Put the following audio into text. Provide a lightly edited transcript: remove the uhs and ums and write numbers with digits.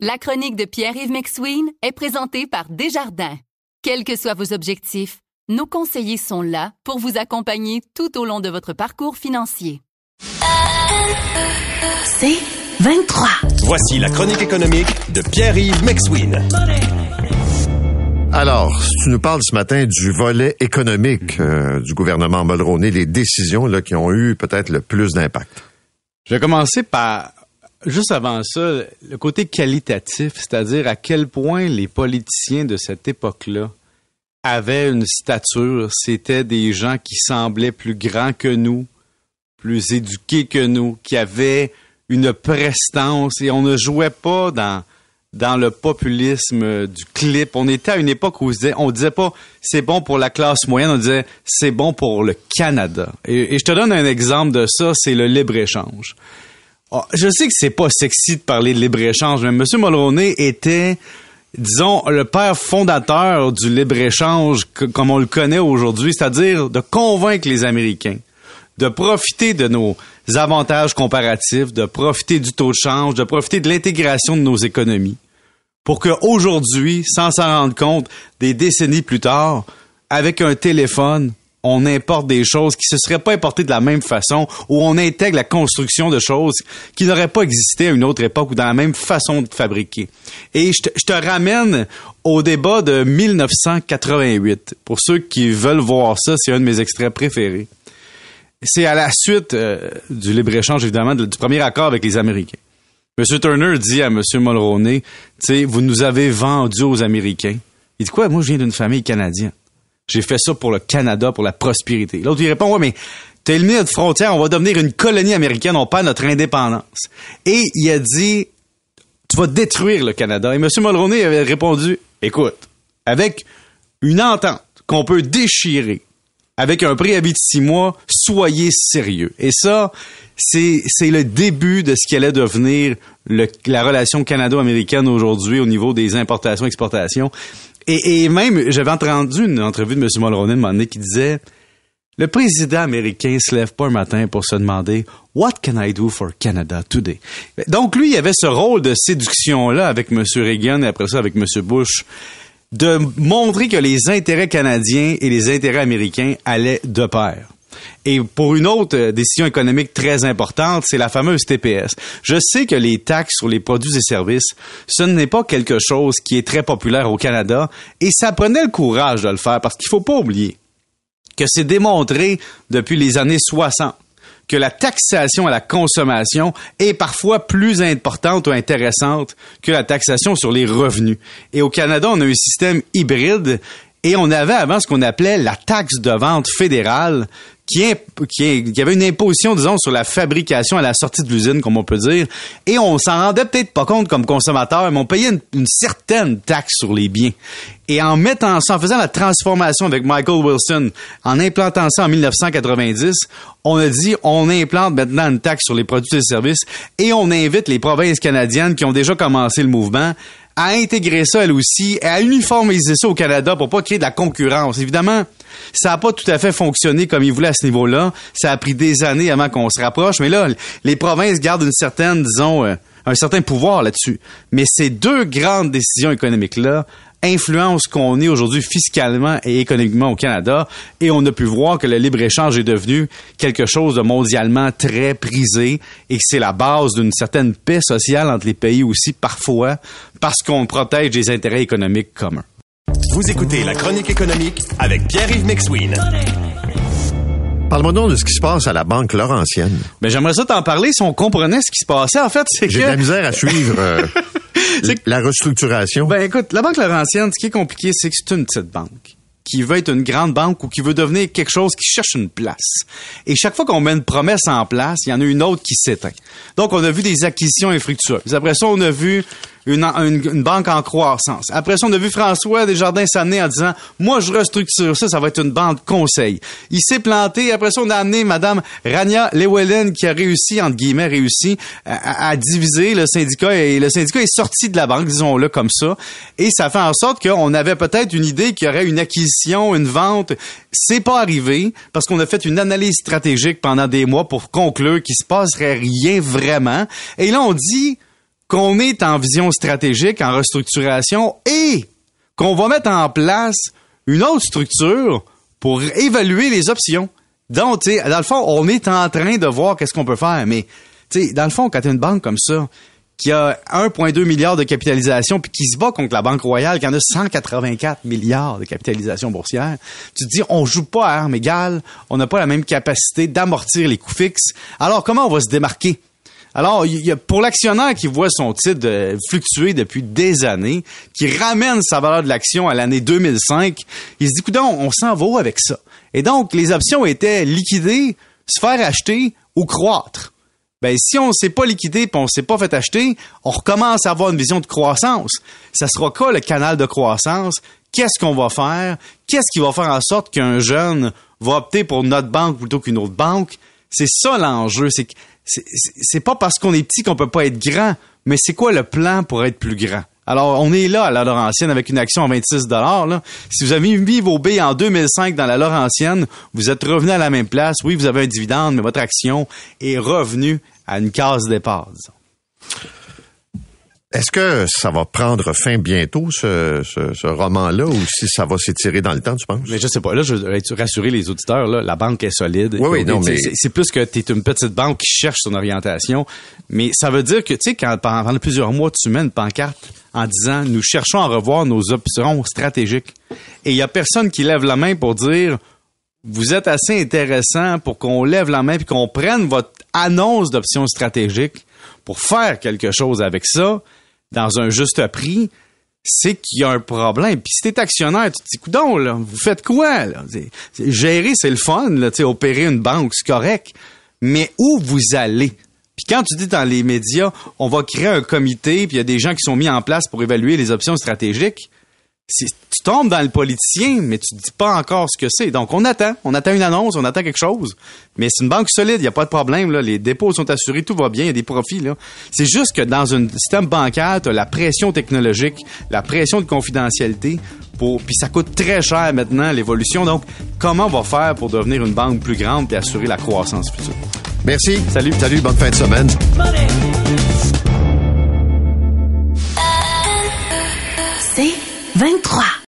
La chronique de Pierre-Yves McSween est présentée par Desjardins. Quels que soient vos objectifs, nos conseillers sont là pour vous accompagner tout au long de votre parcours financier. C'est 23. Voici la chronique économique de Pierre-Yves McSween. Alors, tu nous parles ce matin du volet économique du gouvernement Mulroney, les décisions là, qui ont eu peut-être le plus d'impact. Je vais commencer par, juste avant ça, le côté qualitatif, c'est-à-dire à quel point les politiciens de cette époque-là avaient une stature. C'était des gens qui semblaient plus grands que nous, plus éduqués que nous, qui avaient une prestance, et on ne jouait pas dans le populisme du clip. On était à une époque où on disait pas c'est bon pour la classe moyenne, on disait c'est bon pour le Canada. Et je te donne un exemple de ça, c'est le libre-échange. Je sais que c'est pas sexy de parler de libre-échange, mais M. Mulroney était, disons, le père fondateur du libre-échange comme on le connaît aujourd'hui, c'est-à-dire de convaincre les Américains de profiter de nos avantages comparatifs, de profiter du taux de change, de profiter de l'intégration de nos économies, pour qu'aujourd'hui, sans s'en rendre compte, des décennies plus tard, avec un téléphone, on importe des choses qui ne se seraient pas importées de la même façon, ou on intègre la construction de choses qui n'auraient pas existé à une autre époque ou dans la même façon de fabriquer. Et je te ramène au débat de 1988. Pour ceux qui veulent voir ça, c'est un de mes extraits préférés. C'est à la suite du libre-échange, évidemment, du premier accord avec les Américains. M. Turner dit à M. Mulroney, tu sais, vous nous avez vendu aux Américains. Il dit quoi? Moi, je viens d'une famille canadienne. J'ai fait ça pour le Canada, pour la prospérité. L'autre, il répond, ouais, mais t'as éliminé notre frontière, on va devenir une colonie américaine, on perd notre indépendance. Et il a dit, tu vas détruire le Canada. Et M. Mulroney avait répondu, écoute, avec une entente qu'on peut déchirer, avec un préavis de 6 mois, soyez sérieux. Et ça, c'est le début de ce qui allait devenir la relation canado-américaine aujourd'hui au niveau des importations-exportations. Et même, j'avais entendu une entrevue de M. Mulroney un moment donné qui disait « Le président américain se lève pas un matin pour se demander « What can I do for Canada today? » Donc, lui, il avait ce rôle de séduction-là avec M. Reagan et après ça avec M. Bush, de montrer que les intérêts canadiens et les intérêts américains allaient de pair. Et pour une autre décision économique très importante, c'est la fameuse TPS. Je sais que les taxes sur les produits et services, ce n'est pas quelque chose qui est très populaire au Canada, et ça prenait le courage de le faire, parce qu'il faut pas oublier que c'est démontré depuis les années 60 que la taxation à la consommation est parfois plus importante ou intéressante que la taxation sur les revenus. Et au Canada, on a un système hybride et on avait avant ce qu'on appelait la taxe de vente fédérale qui avait une imposition, disons, sur la fabrication à la sortie de l'usine, comme on peut dire, et on s'en rendait peut-être pas compte comme consommateur, mais on payait une certaine taxe sur les biens. Et en faisant la transformation avec Michael Wilson, en implantant ça en 1990, on a dit, on implante maintenant une taxe sur les produits et services, et on invite les provinces canadiennes qui ont déjà commencé le mouvement à intégrer ça, elles aussi, et à uniformiser ça au Canada pour pas créer de la concurrence. Évidemment, ça n'a pas tout à fait fonctionné comme ils voulaient à ce niveau-là. Ça a pris des années avant qu'on se rapproche, mais là, les provinces gardent une certaine, disons, un certain pouvoir là-dessus. Mais ces deux grandes décisions économiques-là influencent ce qu'on est aujourd'hui fiscalement et économiquement au Canada, et on a pu voir que le libre-échange est devenu quelque chose de mondialement très prisé, et que c'est la base d'une certaine paix sociale entre les pays aussi, parfois, parce qu'on protège les intérêts économiques communs. Vous écoutez la chronique économique avec Pierre-Yves McSween. Parle-moi donc de ce qui se passe à la Banque Laurentienne. Ben, j'aimerais ça t'en parler si on comprenait ce qui se passait. En fait, c'est que... J'ai de la misère à suivre la restructuration. Ben, écoute, la Banque Laurentienne, ce qui est compliqué, c'est que c'est une petite banque qui veut être une grande banque ou qui veut devenir quelque chose qui cherche une place. Et chaque fois qu'on met une promesse en place, il y en a une autre qui s'éteint. Donc, on a vu des acquisitions infructueuses. Après ça, on a vu une banque en croissance. Après ça, on a vu François Desjardins s'amener en disant « Moi, je restructure ça, ça va être une banque conseil. » Il s'est planté. Après ça, on a amené Mme Rania Llewellyn qui a réussi, entre guillemets, à diviser le syndicat. Et le syndicat est sorti de la banque, disons-le comme ça. Et ça fait en sorte qu'on avait peut-être une idée qu'il y aurait une acquisition, une vente. C'est pas arrivé parce qu'on a fait une analyse stratégique pendant des mois pour conclure qu'il se passerait rien vraiment. Et là, on dit... qu'on est en vision stratégique, en restructuration et qu'on va mettre en place une autre structure pour évaluer les options. Donc, tu sais, dans le fond, on est en train de voir qu'est-ce qu'on peut faire. Mais, tu sais, dans le fond, quand tu as une banque comme ça, qui a 1,2 milliard de capitalisation, puis qui se bat contre la Banque Royale, qui en a 184 milliards de capitalisation boursière, tu te dis, on joue pas à armes égales, on n'a pas la même capacité d'amortir les coûts fixes. Alors, comment on va se démarquer? Alors, il y a pour l'actionnaire qui voit son titre fluctuer depuis des années, qui ramène sa valeur de l'action à l'année 2005, il se dit, coudonc, on s'en va où avec ça? Et donc, les options étaient liquider, se faire acheter ou croître. Ben, si on ne s'est pas liquidé et on ne s'est pas fait acheter, on recommence à avoir une vision de croissance. Ça sera quoi le canal de croissance? Qu'est-ce qu'on va faire? Qu'est-ce qui va faire en sorte qu'un jeune va opter pour notre banque plutôt qu'une autre banque? C'est ça l'enjeu. C'est pas parce qu'on est petit qu'on peut pas être grand, mais c'est quoi le plan pour être plus grand? Alors, on est là à la Laurentienne avec une action à 26 $. Là. Si vous avez mis vos billes en 2005 dans la Laurentienne, vous êtes revenu à la même place. Oui, vous avez un dividende, mais votre action est revenue à une case départ, disons. Est-ce que ça va prendre fin bientôt, ce roman-là, ou si ça va s'étirer dans le temps, tu penses? Mais je sais pas. Là, je veux rassurer les auditeurs, là, la banque est solide. Oui, non, mais... C'est plus que tu es une petite banque qui cherche son orientation. Mais ça veut dire que, tu sais, quand pendant plusieurs mois, tu mets une pancarte en disant, nous cherchons à revoir nos options stratégiques. Et il y a personne qui lève la main pour dire, vous êtes assez intéressant pour qu'on lève la main puis qu'on prenne votre annonce d'options stratégiques pour faire quelque chose avec ça dans un juste prix, c'est qu'il y a un problème. Puis si t'es actionnaire, tu te dis, coudonc, là, vous faites quoi, là? Gérer, c'est le fun, là, tu sais, opérer une banque, c'est correct. Mais où vous allez? Puis quand tu dis dans les médias, on va créer un comité, puis il y a des gens qui sont mis en place pour évaluer les options stratégiques, tu tombes dans le politicien, mais tu dis pas encore ce que c'est. Donc, on attend une annonce, on attend quelque chose. Mais c'est une banque solide, il n'y a pas de problème, là. Les dépôts sont assurés, tout va bien, il y a des profits, là. C'est juste que dans un système bancaire, tu as la pression technologique, la pression de confidentialité, puis ça coûte très cher maintenant, l'évolution. Donc, comment on va faire pour devenir une banque plus grande et assurer la croissance future? Merci. Salut, bonne fin de semaine. C'est 23.